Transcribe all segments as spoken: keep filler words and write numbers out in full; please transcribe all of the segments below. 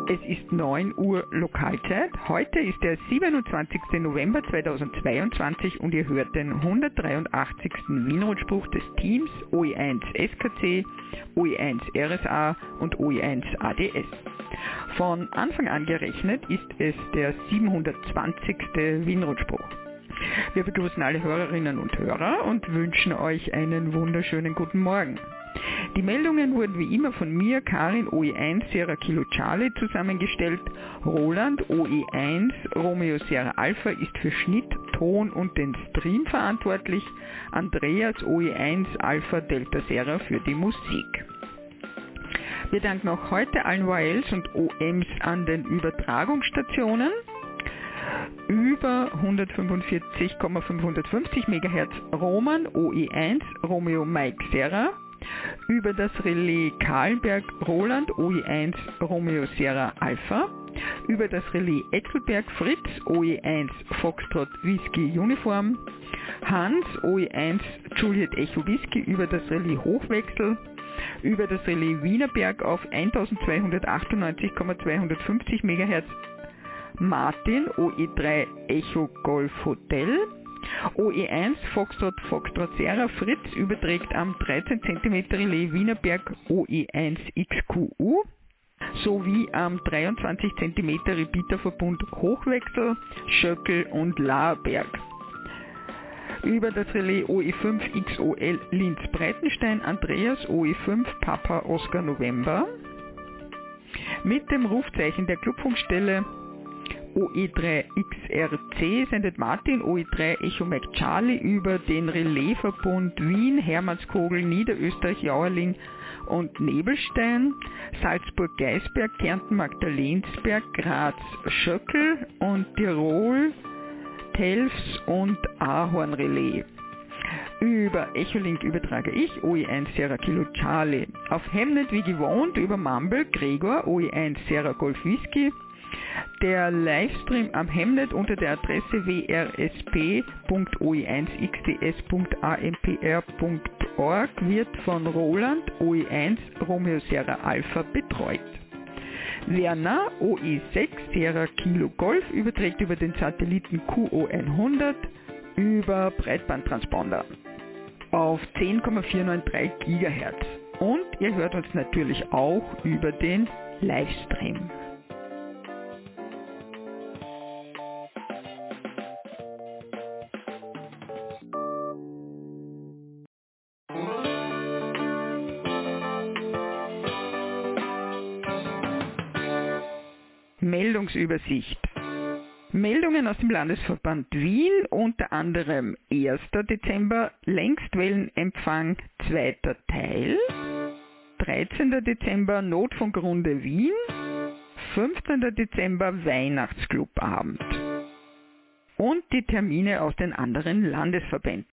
Es ist neun Uhr Lokalzeit. Heute ist der siebenundzwanzigsten November zweitausendzweiundzwanzig und ihr hört den hundertdreiundachtzigsten Wienrotspruch des Teams O E eins S K C, O E eins R S A und O E eins A D S. Von Anfang an gerechnet ist es der siebenhundertzwanzigste Wienrotspruch. Wir begrüßen alle Hörerinnen und Hörer und wünschen euch einen wunderschönen guten Morgen. Die Meldungen wurden wie immer von mir, Karin O E eins Sierra Kilo Charlie, zusammengestellt. Roland O E eins Romeo Sierra Alpha ist für Schnitt, Ton und den Stream verantwortlich. Andreas O E eins Alpha Delta Sierra für die Musik. Wir danken auch heute allen O A Ls und O Ms an den Übertragungsstationen. Über hundertfünfundvierzig Komma fünfhundertfünfzig Megahertz Roman O E eins Romeo Mike Sierra. Über das Relais Kahlenberg Roland O E eins Romeo Sierra Alpha, über das Relais Etzelberg Fritz O E eins Foxtrot Whisky Uniform, Hans O E eins Juliet Echo Whisky über das Relais Hochwechsel, über das Relais Wienerberg auf eintausendzweihundertachtundneunzig Komma zweihundertfünfzig Megahertz Martin O E drei Echo Golf Hotel, O E eins Foxtrot Foxtrot Sierra Fritz überträgt am dreizehn Zentimeter Relais Wienerberg O E eins X Q U sowie am dreiundzwanzig Zentimeter Repeaterverbund Hochwechsel, Schöckel und Laarberg. Über das Relais O E fünf X O L Linz Breitenstein Andreas O E fünf Papa Oscar November. Mit dem Rufzeichen der Clubfunkstelle O E drei X R C sendet Martin O E drei Echo Mike Charlie über den Relaisverbund Wien, Hermannskogel, Niederösterreich, Jauerling und Nebelstein, Salzburg, Geisberg, Kärnten, Magdalensberg, Graz, Schöckel und Tirol, Telfs und Ahorn Relais. Über Echolink übertrage ich O E eins Sierra Kilo Charlie. Auf Hemnet wie gewohnt über Mumble Gregor O E eins Sierra Golf Whisky. Der Livestream am Hemnet unter der Adresse w r s p punkt o e eins x d s punkt a m p r punkt org wird von Roland O E eins Romeo Sierra Alpha betreut. Werner O E sechs Sierra Kilo Golf überträgt über den Satelliten Q O hundert über Breitbandtransponder auf zehn Komma vierhundertdreiundneunzig Gigahertz. Und ihr hört uns natürlich auch über den Livestream. Meldungsübersicht. Meldungen aus dem Landesverband Wien, unter anderem erster Dezember Längstwellenempfang zweiter Teil, dreizehnten Dezember Notfunkrunde Wien, fünfzehnten Dezember Weihnachtsclubabend und die Termine aus den anderen Landesverbänden.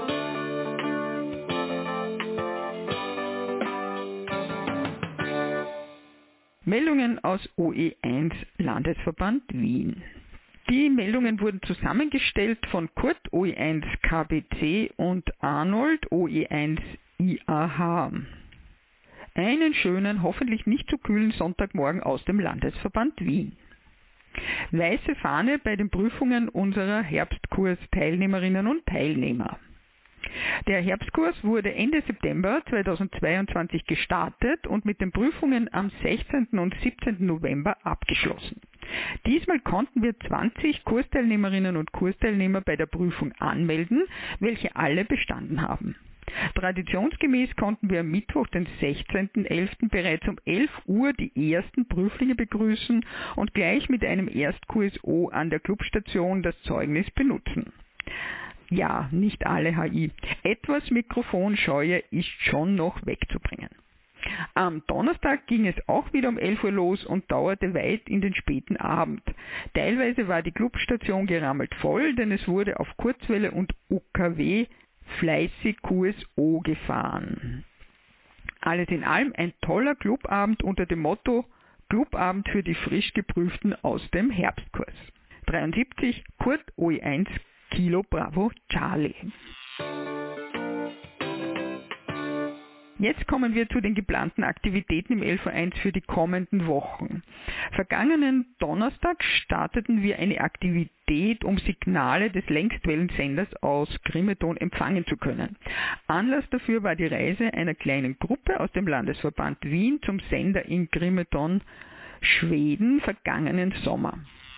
Meldungen aus O E eins Landesverband Wien. Die Meldungen wurden zusammengestellt von Kurt O E eins K B C und Arnold O E eins I A H. Einen schönen, hoffentlich nicht zu kühlen Sonntagmorgen aus dem Landesverband Wien. Weiße Fahne bei den Prüfungen unserer Herbstkurs-Teilnehmerinnen und Teilnehmer. Der Herbstkurs wurde Ende September zweitausendzweiundzwanzig gestartet und mit den Prüfungen am sechzehnten und siebzehnten November abgeschlossen. Diesmal konnten wir zwanzig Kursteilnehmerinnen und Kursteilnehmer bei der Prüfung anmelden, welche alle bestanden haben. Traditionsgemäß konnten wir am Mittwoch, den sechzehnten elften bereits um elf Uhr die ersten Prüflinge begrüßen und gleich mit einem Erstq S O an der Clubstation das Zeugnis benutzen. Ja, nicht alle H I. Etwas Mikrofonscheue ist schon noch wegzubringen. Am Donnerstag ging es auch wieder um elf Uhr los und dauerte weit in den späten Abend. Teilweise war die Clubstation gerammelt voll, denn es wurde auf Kurzwelle und U K W fleißig Q S O gefahren. Alles in allem ein toller Clubabend unter dem Motto Clubabend für die frisch geprüften aus dem Herbstkurs. dreiundsiebzig Kurt O E eins Kilo Bravo Charlie. Jetzt kommen wir zu den geplanten Aktivitäten im L V eins für die kommenden Wochen. Vergangenen Donnerstag starteten wir eine Aktivität, um Signale des Längstwellensenders aus Grimeton empfangen zu können. Anlass dafür war die Reise einer kleinen Gruppe aus dem Landesverband Wien zum Sender in Grimeton, Schweden, vergangenen Sommer.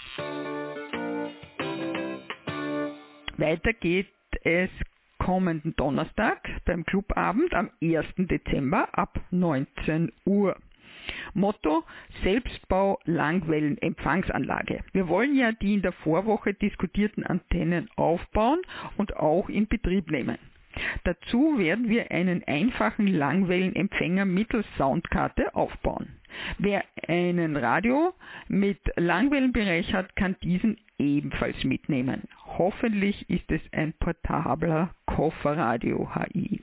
Weiter geht es kommenden Donnerstag beim Clubabend am ersten Dezember ab neunzehn Uhr. Motto: Selbstbau Langwellenempfangsanlage. Wir wollen ja die in der Vorwoche diskutierten Antennen aufbauen und auch in Betrieb nehmen. Dazu werden wir einen einfachen Langwellenempfänger mittels Soundkarte aufbauen. Wer einen Radio mit Langwellenbereich hat, kann diesen ebenfalls mitnehmen. Hoffentlich ist es ein portabler Kofferradio H I.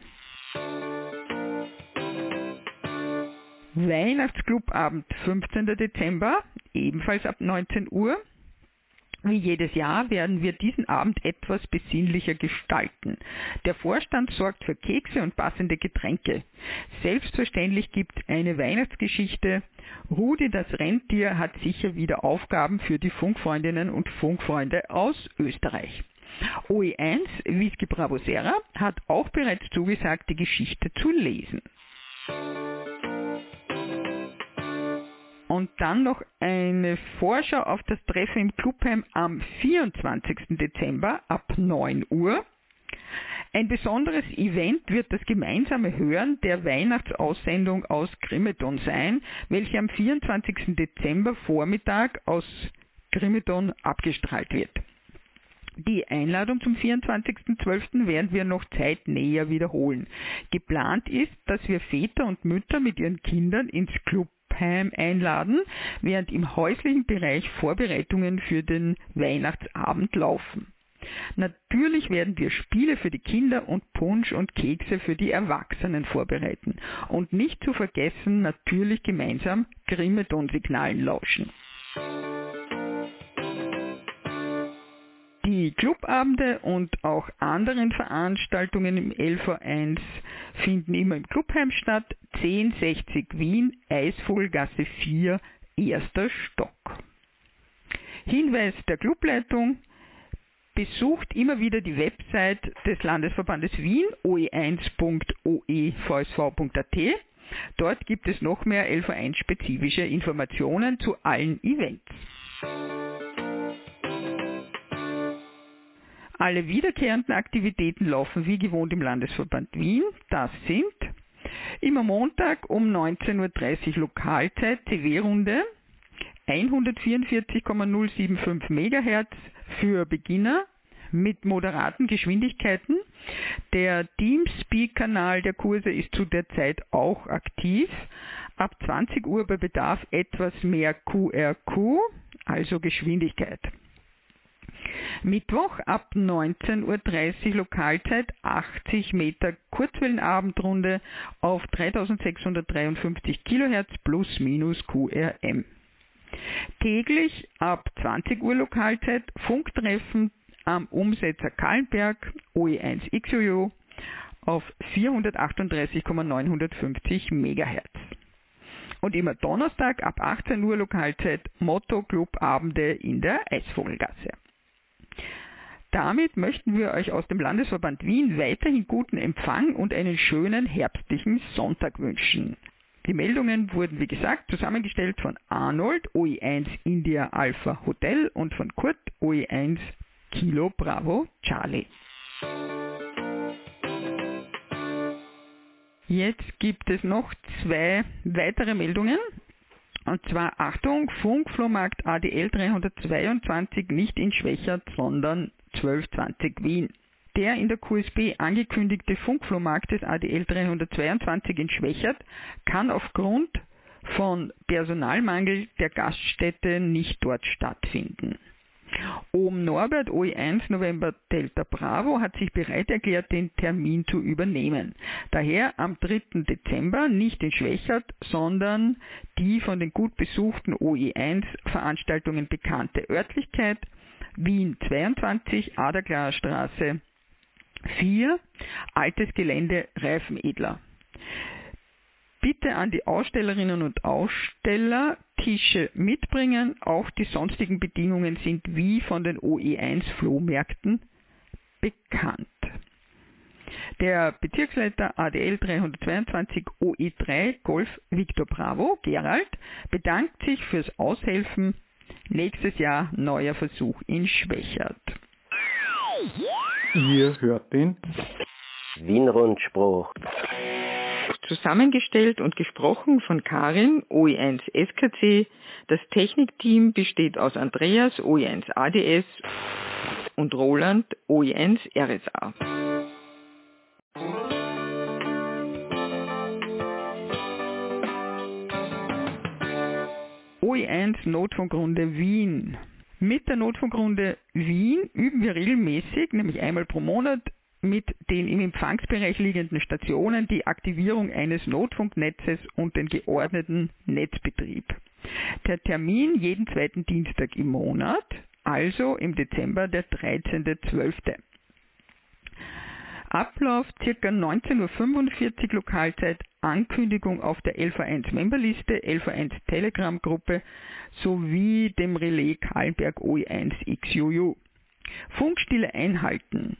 Weihnachtsclubabend fünfzehnten Dezember, ebenfalls ab neunzehn Uhr. Wie jedes Jahr werden wir diesen Abend etwas besinnlicher gestalten. Der Vorstand sorgt für Kekse und passende Getränke. Selbstverständlich gibt es eine Weihnachtsgeschichte. Rudi, das Rentier, hat sicher wieder Aufgaben für die Funkfreundinnen und Funkfreunde aus Österreich. O E eins, Whisky Bravo Sierra, hat auch bereits zugesagt, die Geschichte zu lesen. Und dann noch eine Vorschau auf das Treffen im Clubheim am vierundzwanzigsten Dezember ab neun Uhr. Ein besonderes Event wird das gemeinsame Hören der Weihnachtsaussendung aus Grimeton sein, welche am vierundzwanzigsten Dezember Vormittag aus Grimeton abgestrahlt wird. Die Einladung zum vierundzwanzigsten zwölften werden wir noch zeitnäher wiederholen. Geplant ist, dass wir Väter und Mütter mit ihren Kindern ins Clubheim einladen, während im häuslichen Bereich Vorbereitungen für den Weihnachtsabend laufen. Natürlich werden wir Spiele für die Kinder und Punsch und Kekse für die Erwachsenen vorbereiten. Und nicht zu vergessen, natürlich gemeinsam Grimeton-Signalen lauschen. Die Clubabende und auch anderen Veranstaltungen im L V eins finden immer im Clubheim statt, zehn sechzig Wien, Eisvogelgasse vier, erster Stock. Hinweis der Clubleitung: Besucht immer wieder die Website des Landesverbandes Wien, o e eins punkt o e v s v punkt a t. Dort gibt es noch mehr L V eins-spezifische Informationen zu allen Events. Alle wiederkehrenden Aktivitäten laufen wie gewohnt im Landesverband Wien. Das sind immer Montag um neunzehn Uhr dreißig Lokalzeit C W-Runde, hundertvierundvierzig Komma null sieben fünf Megahertz für Beginner mit moderaten Geschwindigkeiten. Der Teamspeak-Kanal der Kurse ist zu der Zeit auch aktiv. Ab zwanzig Uhr bei Bedarf etwas mehr Q R Q, also Geschwindigkeit. Mittwoch ab neunzehn Uhr dreißig Lokalzeit achtzig Meter Kurzwellenabendrunde auf dreitausendsechshundertdreiundfünfzig Kilohertz plus minus Q R M. Täglich ab zwanzig Uhr Lokalzeit Funktreffen am Umsetzer Kahlenberg O E eins X J O auf vierhundertachtunddreißig Komma neunhundertfünfzig Megahertz. Und immer Donnerstag ab achtzehn Uhr Lokalzeit Motto Club Abende in der Eisvogelgasse. Damit möchten wir euch aus dem Landesverband Wien weiterhin guten Empfang und einen schönen herbstlichen Sonntag wünschen. Die Meldungen wurden wie gesagt zusammengestellt von Arnold O E eins India Alpha Hotel und von Kurt O E eins Kilo Bravo Charlie. Jetzt gibt es noch zwei weitere Meldungen. Und zwar, Achtung, Funkflohmarkt A D L dreihundertzweiundzwanzig nicht in Schwechat, sondern zwölf zwanzig Wien. Der in der Q S B angekündigte Funkflohmarkt des A D L dreihundertzweiundzwanzig in Schwechat kann aufgrund von Personalmangel der Gaststätte nicht dort stattfinden. Ohm Norbert O E eins November Delta Bravo hat sich bereit erklärt, den Termin zu übernehmen. Daher am dritten Dezember nicht in Schwechat, sondern die von den gut besuchten O E eins Veranstaltungen bekannte Örtlichkeit Wien zweiundzwanzig, Aderklarer Straße vier, altes Gelände Reifenedler. Bitte an die Ausstellerinnen und Aussteller Tische mitbringen. Auch die sonstigen Bedingungen sind wie von den O E eins Flohmärkten bekannt. Der Bezirksleiter A D L dreihundertzweiundzwanzig O E drei Golf Victor Bravo, Gerald, bedankt sich fürs Aushelfen. Nächstes Jahr neuer Versuch in Schwechat. Ihr hört den Wien-Rundspruch. Zusammengestellt und gesprochen von Karin, O E eins S K C. Das Technikteam besteht aus Andreas, O E eins A D S und Roland, O E eins R S A. O E eins Notfunkrunde Wien. Mit der Notfunkrunde Wien üben wir regelmäßig, nämlich einmal pro Monat, mit den im Empfangsbereich liegenden Stationen die Aktivierung eines Notfunknetzes und den geordneten Netzbetrieb. Der Termin jeden zweiten Dienstag im Monat, also im Dezember der dreizehnten zwölften Ablauf ca. neunzehn Uhr fünfundvierzig Lokalzeit, Ankündigung auf der L V eins Memberliste, L V eins Telegram-Gruppe sowie dem Relais Kahlenberg O E eins X U U. Funkstille einhalten.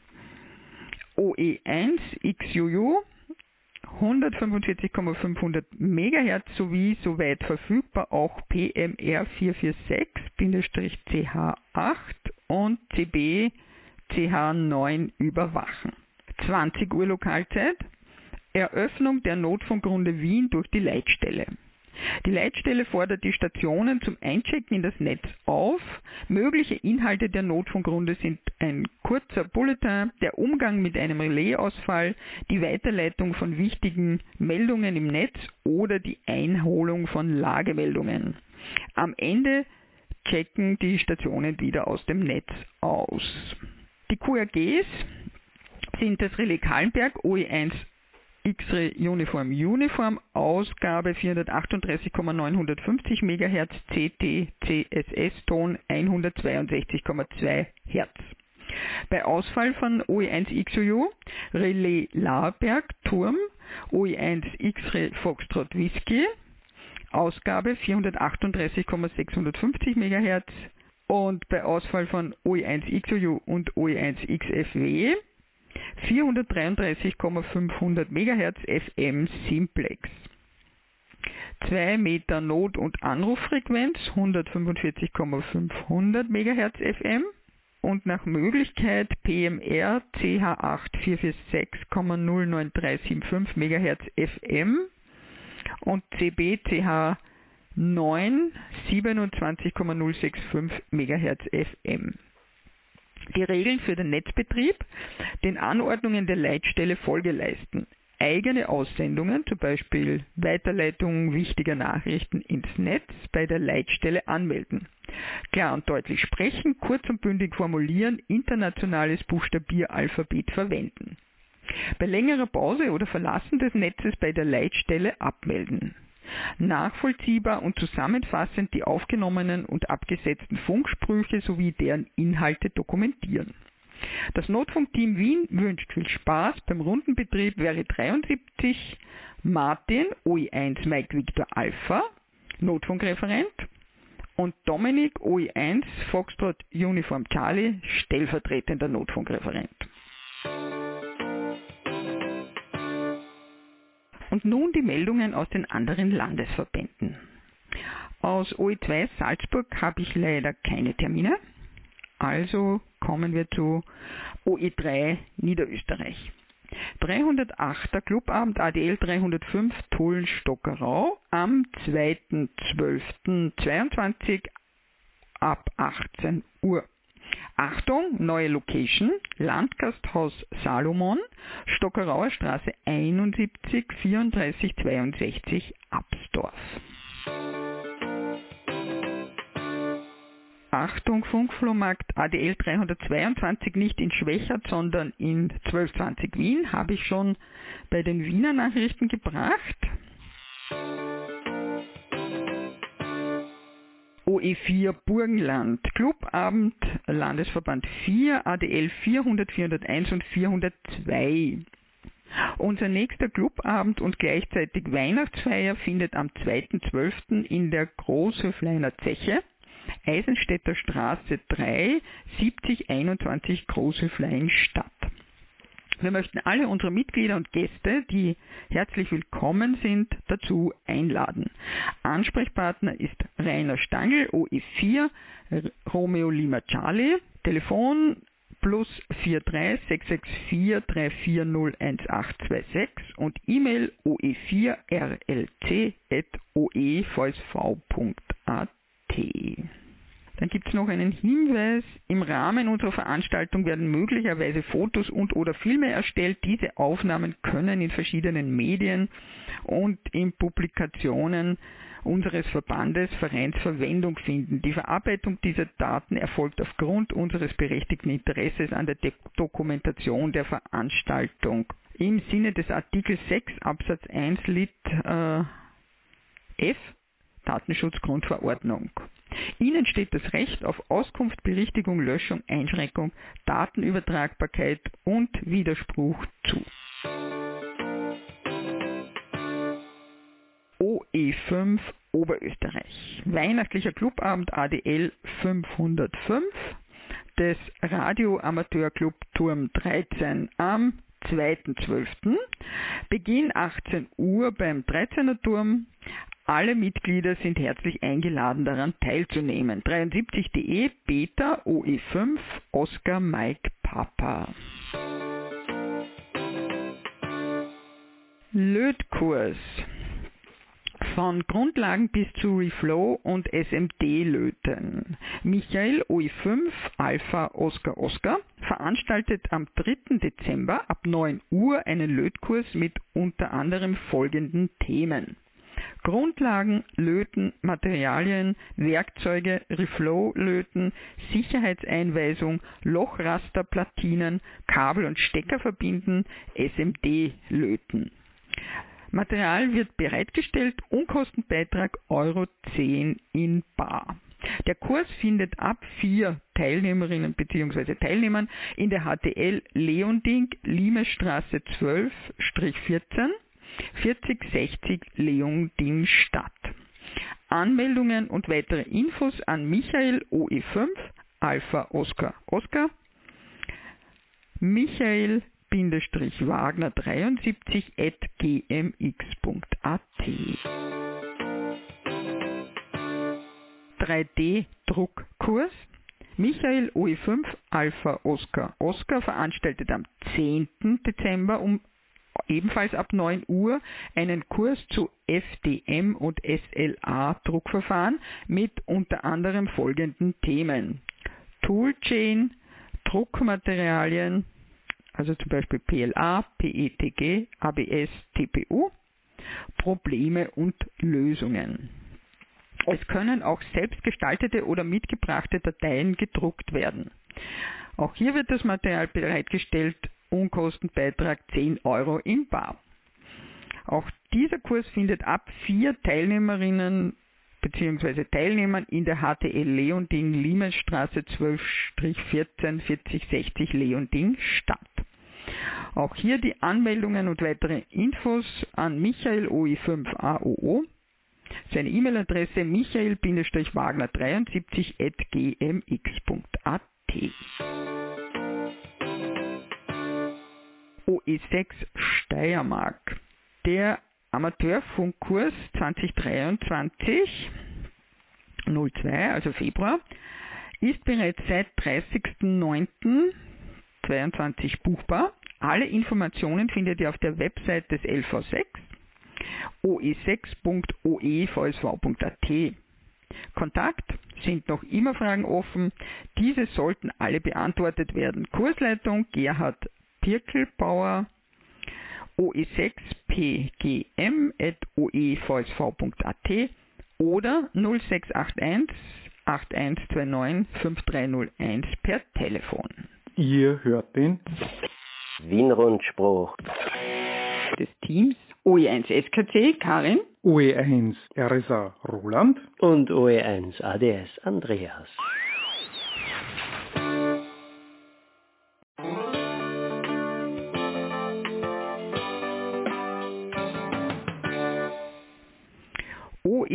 O E eins X U U hundertfünfundvierzig Komma fünfhundert Megahertz sowie soweit verfügbar auch P M R vier vier sechs C H acht und C B C H neun überwachen. zwanzig Uhr Lokalzeit, Eröffnung der Notfunkrunde Wien durch die Leitstelle. Die Leitstelle fordert die Stationen zum Einchecken in das Netz auf. Mögliche Inhalte der Notfunkrunde sind ein kurzer Bulletin, der Umgang mit einem Relaisausfall, die Weiterleitung von wichtigen Meldungen im Netz oder die Einholung von Lagemeldungen. Am Ende checken die Stationen wieder aus dem Netz aus. Die Q R Gs sind das Relais Kahlenberg O E eins X-Ray Uniform Uniform, Ausgabe vierhundertachtunddreißig Komma neunhundertfünfzig Megahertz, C T C S S-Ton hundertzweiundsechzig Komma zwei Hertz. Bei Ausfall von O E eins X U U, Relais Laarberg Turm, O E eins X-Ray Foxtrot Whisky, Ausgabe vierhundertachtunddreißig Komma sechshundertfünfzig Megahertz, und bei Ausfall von O E eins X U U und O E eins X F W vierhundertdreiunddreißig Komma fünfhundert Megahertz F M Simplex. zwei Meter Not- und Anruffrequenz hundertfünfundvierzig Komma fünfhundert Megahertz F M und nach Möglichkeit P M R C H acht vier vier sechs Komma null neun drei sieben fünf Megahertz F M und C B C H neun siebenundzwanzig Komma null sechs fünf Megahertz F M. Die Regeln für den Netzbetrieb: den Anordnungen der Leitstelle Folge leisten. Eigene Aussendungen, zum Beispiel Weiterleitung wichtiger Nachrichten ins Netz, bei der Leitstelle anmelden. Klar und deutlich sprechen, kurz und bündig formulieren, internationales Buchstabieralphabet verwenden. Bei längerer Pause oder Verlassen des Netzes bei der Leitstelle abmelden. Nachvollziehbar und zusammenfassend die aufgenommenen und abgesetzten Funksprüche sowie deren Inhalte dokumentieren. Das Notfunkteam Wien wünscht viel Spaß beim Rundenbetrieb. Wäre dreiundsiebzig Martin, O E eins Mike Victor Alpha, Notfunkreferent, und Dominik, O E eins Foxtrot Uniform Charlie, stellvertretender Notfunkreferent. Und nun die Meldungen aus den anderen Landesverbänden. Aus O E zwei Salzburg habe ich leider keine Termine, also kommen wir zu O E drei Niederösterreich. dreihundertachter Clubabend A D L dreihundertfünf Tulln-Stockerau am zweiten zwölften zweiundzwanzig ab achtzehn Uhr. Achtung, neue Location, Landgasthaus Salomon, Stockerauer Straße einundsiebzig vierunddreißig zweiundsechzig Absdorf. Achtung, Funkflohmarkt A D L dreihundertzweiundzwanzig nicht in Schwechat, sondern in zwölf zwanzig Wien, habe ich schon bei den Wiener Nachrichten gebracht. O E vier Burgenland, Clubabend, Landesverband vier, A D L vierhundert, vierhunderteins und vierhundertzwei. Unser nächster Clubabend und gleichzeitig Weihnachtsfeier findet am zweiten zwölften in der Großhöfleiner Zeche, Eisenstädter Straße drei, siebzig einundzwanzig Großhöflein statt. Wir möchten alle unsere Mitglieder und Gäste, die herzlich willkommen sind, dazu einladen. Ansprechpartner ist Rainer Stangl, O E vier, Romeo Lima Charlie, Telefon plus vier drei sechs sechs vier drei vier null eins acht zwei sechs und E-Mail o e vier r l c at o e v s v punkt a t. Dann gibt es noch einen Hinweis, im Rahmen unserer Veranstaltung werden möglicherweise Fotos und oder Filme erstellt. Diese Aufnahmen können in verschiedenen Medien und in Publikationen unseres Verbandes Vereins Verwendung finden. Die Verarbeitung dieser Daten erfolgt aufgrund unseres berechtigten Interesses an der De- Dokumentation der Veranstaltung. Im Sinne des Artikel sechs Absatz eins Lit äh, F Datenschutzgrundverordnung. Ihnen steht das Recht auf Auskunft, Berichtigung, Löschung, Einschränkung, Datenübertragbarkeit und Widerspruch zu. O E fünf Oberösterreich. Weihnachtlicher Clubabend A D L fünfhundertfünf des Radio-Amateur-Club Turm dreizehn am zweiten zwölften Beginn achtzehn Uhr beim dreizehner Turm. Alle Mitglieder sind herzlich eingeladen, daran teilzunehmen. dreiundsiebzig punkt de Beta O E fünf Oscar Mike Papa. Lötkurs. Von Grundlagen bis zu Reflow und S M D-Löten. Michael O E fünf Alpha Oscar Oscar veranstaltet am dritten Dezember ab neun Uhr einen Lötkurs mit unter anderem folgenden Themen: Grundlagen, Löten, Materialien, Werkzeuge, Reflow-Löten, Sicherheitseinweisung, Lochraster, Platinen, Kabel und Stecker verbinden, S M D-Löten. Material wird bereitgestellt, Unkostenbeitrag Euro zehn in bar. Der Kurs findet ab vier Teilnehmerinnen bzw. Teilnehmern in der H T L Leonding, Limesstraße zwölf vierzehn, vierzig sechzig Leonding statt. Anmeldungen und weitere Infos an Michael O E fünf Alpha Oscar Oscar, Michael Wagner dreiundsiebzig at g m x punkt a t. drei D-Druckkurs. Michael O E fünf Alpha Oscar Oscar veranstaltet am zehnten Dezember um ebenfalls ab neun Uhr einen Kurs zu F D M und S L A-Druckverfahren mit unter anderem folgenden Themen: Toolchain, Druckmaterialien, also zum Beispiel P L A, P E T G, A B S, T P U, Probleme und Lösungen. Es können auch selbst gestaltete oder mitgebrachte Dateien gedruckt werden. Auch hier wird das Material bereitgestellt, Unkostenbeitrag zehn Euro in bar. Auch dieser Kurs findet ab vier Teilnehmerinnen bzw. Teilnehmern in der H T L Leonding, Limesstraße zwölf vierzehn, vierzig sechzig Leonding statt. Auch hier die Anmeldungen und weitere Infos an Michael O E fünf A O O. Seine E-Mail-Adresse michael Wagner dreiundsiebzig at g m x punkt a t. O E sechs Steiermark. Der Amateurfunkkurs zwanzig dreiundzwanzig null zwei, also Februar, ist bereits seit dreißigsten neunten zweiundzwanzig buchbar. Alle Informationen findet ihr auf der Website des L V sechs o e sechs punkt o e v s v punkt a t. Kontakt sind noch immer Fragen offen. Diese sollten alle beantwortet werden. Kursleitung Gerhard Pirkelbauer, o e sechs p g m at o e v s v punkt a t oder null sechs acht eins acht eins zwei neun fünf drei null eins per Telefon. Ihr hört den Wien-Rundspruch des Teams O E eins S K C Karin, O E eins R S A Roland und O E eins A D S Andreas.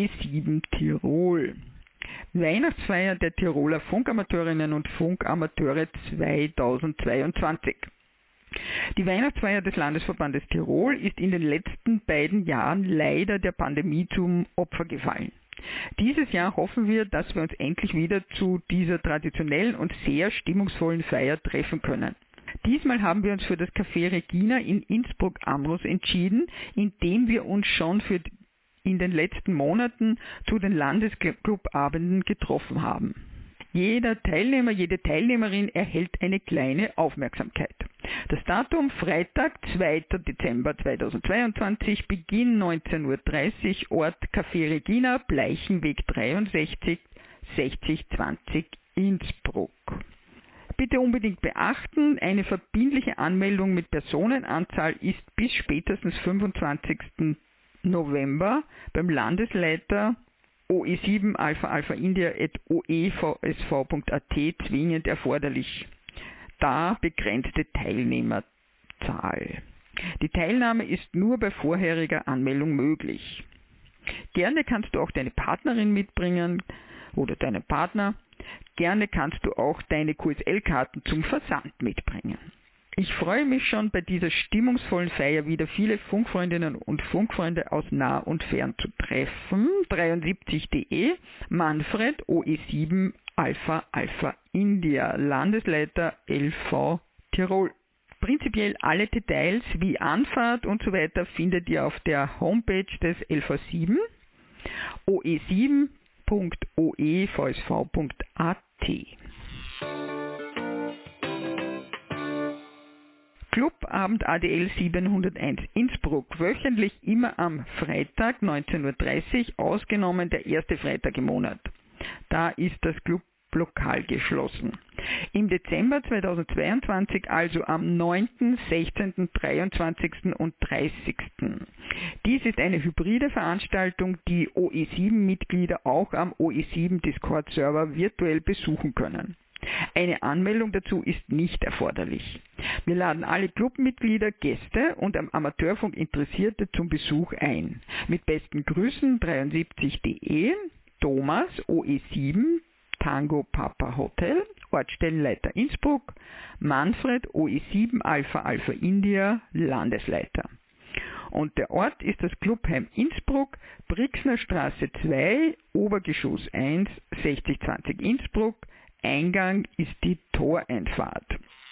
E sieben Tirol. Weihnachtsfeier der Tiroler Funkamateurinnen und Funkamateure zweitausendzweiundzwanzig. Die Weihnachtsfeier des Landesverbandes Tirol ist in den letzten beiden Jahren leider der Pandemie zum Opfer gefallen. Dieses Jahr hoffen wir, dass wir uns endlich wieder zu dieser traditionellen und sehr stimmungsvollen Feier treffen können. Diesmal haben wir uns für das Café Regina in Innsbruck-Amros entschieden, in dem wir uns schon für in den letzten Monaten zu den Landesclubabenden getroffen haben. Jeder Teilnehmer, jede Teilnehmerin erhält eine kleine Aufmerksamkeit. Das Datum Freitag, zweiter Dezember zweitausendzweiundzwanzig, Beginn neunzehn Uhr dreißig, Ort Café Regina, Bleichenweg dreiundsechzig, sechzig zwanzig Innsbruck. Bitte unbedingt beachten, eine verbindliche Anmeldung mit Personenanzahl ist bis spätestens fünfundzwanzigsten November beim Landesleiter O E sieben alpha alpha india at o e v s v punkt a t zwingend erforderlich, da begrenzte Teilnehmerzahl. Die Teilnahme ist nur bei vorheriger Anmeldung möglich. Gerne kannst du auch deine Partnerin mitbringen oder deinen Partner. Gerne kannst du auch deine Q S L-Karten zum Versand mitbringen. Ich freue mich schon, bei dieser stimmungsvollen Feier wieder viele Funkfreundinnen und Funkfreunde aus nah und fern zu treffen. dreiundsiebzig punkt de, Manfred, O E sieben Alpha Alpha India, Landesleiter L V Tirol. Prinzipiell alle Details wie Anfahrt und so weiter findet ihr auf der Homepage des L V sieben, o e sieben punkt o e v s v punkt a t. Clubabend A D L siebenhunderteins Innsbruck, wöchentlich immer am Freitag neunzehn Uhr dreißig, ausgenommen der erste Freitag im Monat. Da ist das Clublokal geschlossen. Im Dezember zweitausendzweiundzwanzig, also am neunten, sechzehnten, dreiundzwanzigsten und dreißigsten Dies ist eine hybride Veranstaltung, die O E sieben Mitglieder auch am O E sieben Discord-Server virtuell besuchen können. Eine Anmeldung dazu ist nicht erforderlich. Wir laden alle Clubmitglieder, Gäste und am Amateurfunk Interessierte zum Besuch ein. Mit besten Grüßen dreiundsiebzig punkt de, Thomas, O E sieben, Tango Papa Hotel, Ortsstellenleiter Innsbruck, Manfred, O E sieben Alpha Alpha India, Landesleiter. Und der Ort ist das Clubheim Innsbruck, Brixner Straße zwei, Obergeschoss eins, sechzig zwanzig Innsbruck. Eingang ist die Toreinfahrt.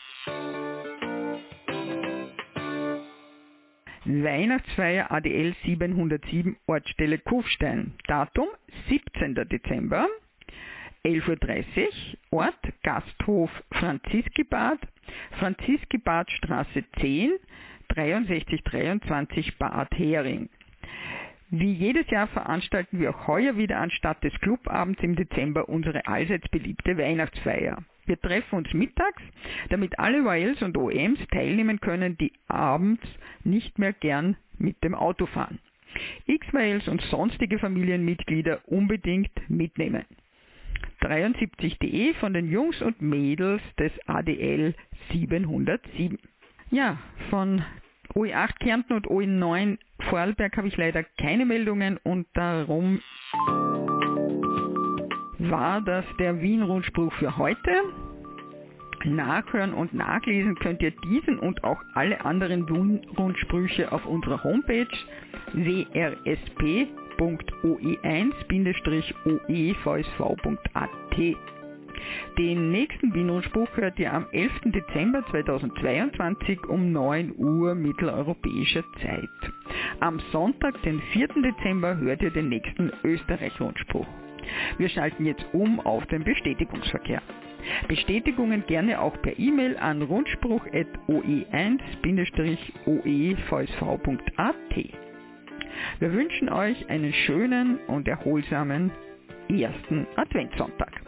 Weihnachtsfeier A D L siebenhundertsieben, Ortsstelle Kufstein. Datum siebzehnten Dezember, elf Uhr dreißig, Ort Gasthof Franziskibad, Franziskibad Straße zehn, dreiundsechzig dreiundzwanzig Bad Hering. Wie jedes Jahr veranstalten wir auch heuer wieder anstatt des Clubabends im Dezember unsere allseits beliebte Weihnachtsfeier. Wir treffen uns mittags, damit alle Y Ls und O Ms teilnehmen können, die abends nicht mehr gern mit dem Auto fahren. X Y Ls und sonstige Familienmitglieder unbedingt mitnehmen. dreiundsiebzig punkt de von den Jungs und Mädels des A D L siebenhundertsieben. Ja, von O E acht Kärnten und O E neun Vorarlberg habe ich leider keine Meldungen und darum war das der Wien-Rundspruch für heute. Nachhören und nachlesen könnt ihr diesen und auch alle anderen Wien-Rundsprüche auf unserer Homepage w r s p punkt o e eins bindestrich o e v s v punkt a t. Den nächsten Wien-Rundspruch hört ihr am elften Dezember zweitausendzweiundzwanzig um neun Uhr mitteleuropäischer Zeit. Am Sonntag, den vierten Dezember, hört ihr den nächsten Österreich-Rundspruch. Wir schalten jetzt um auf den Bestätigungsverkehr. Bestätigungen gerne auch per E-Mail an rundspruch at o e eins bindestrich o e v s v punkt a t. Wir wünschen euch einen schönen und erholsamen ersten Adventssonntag.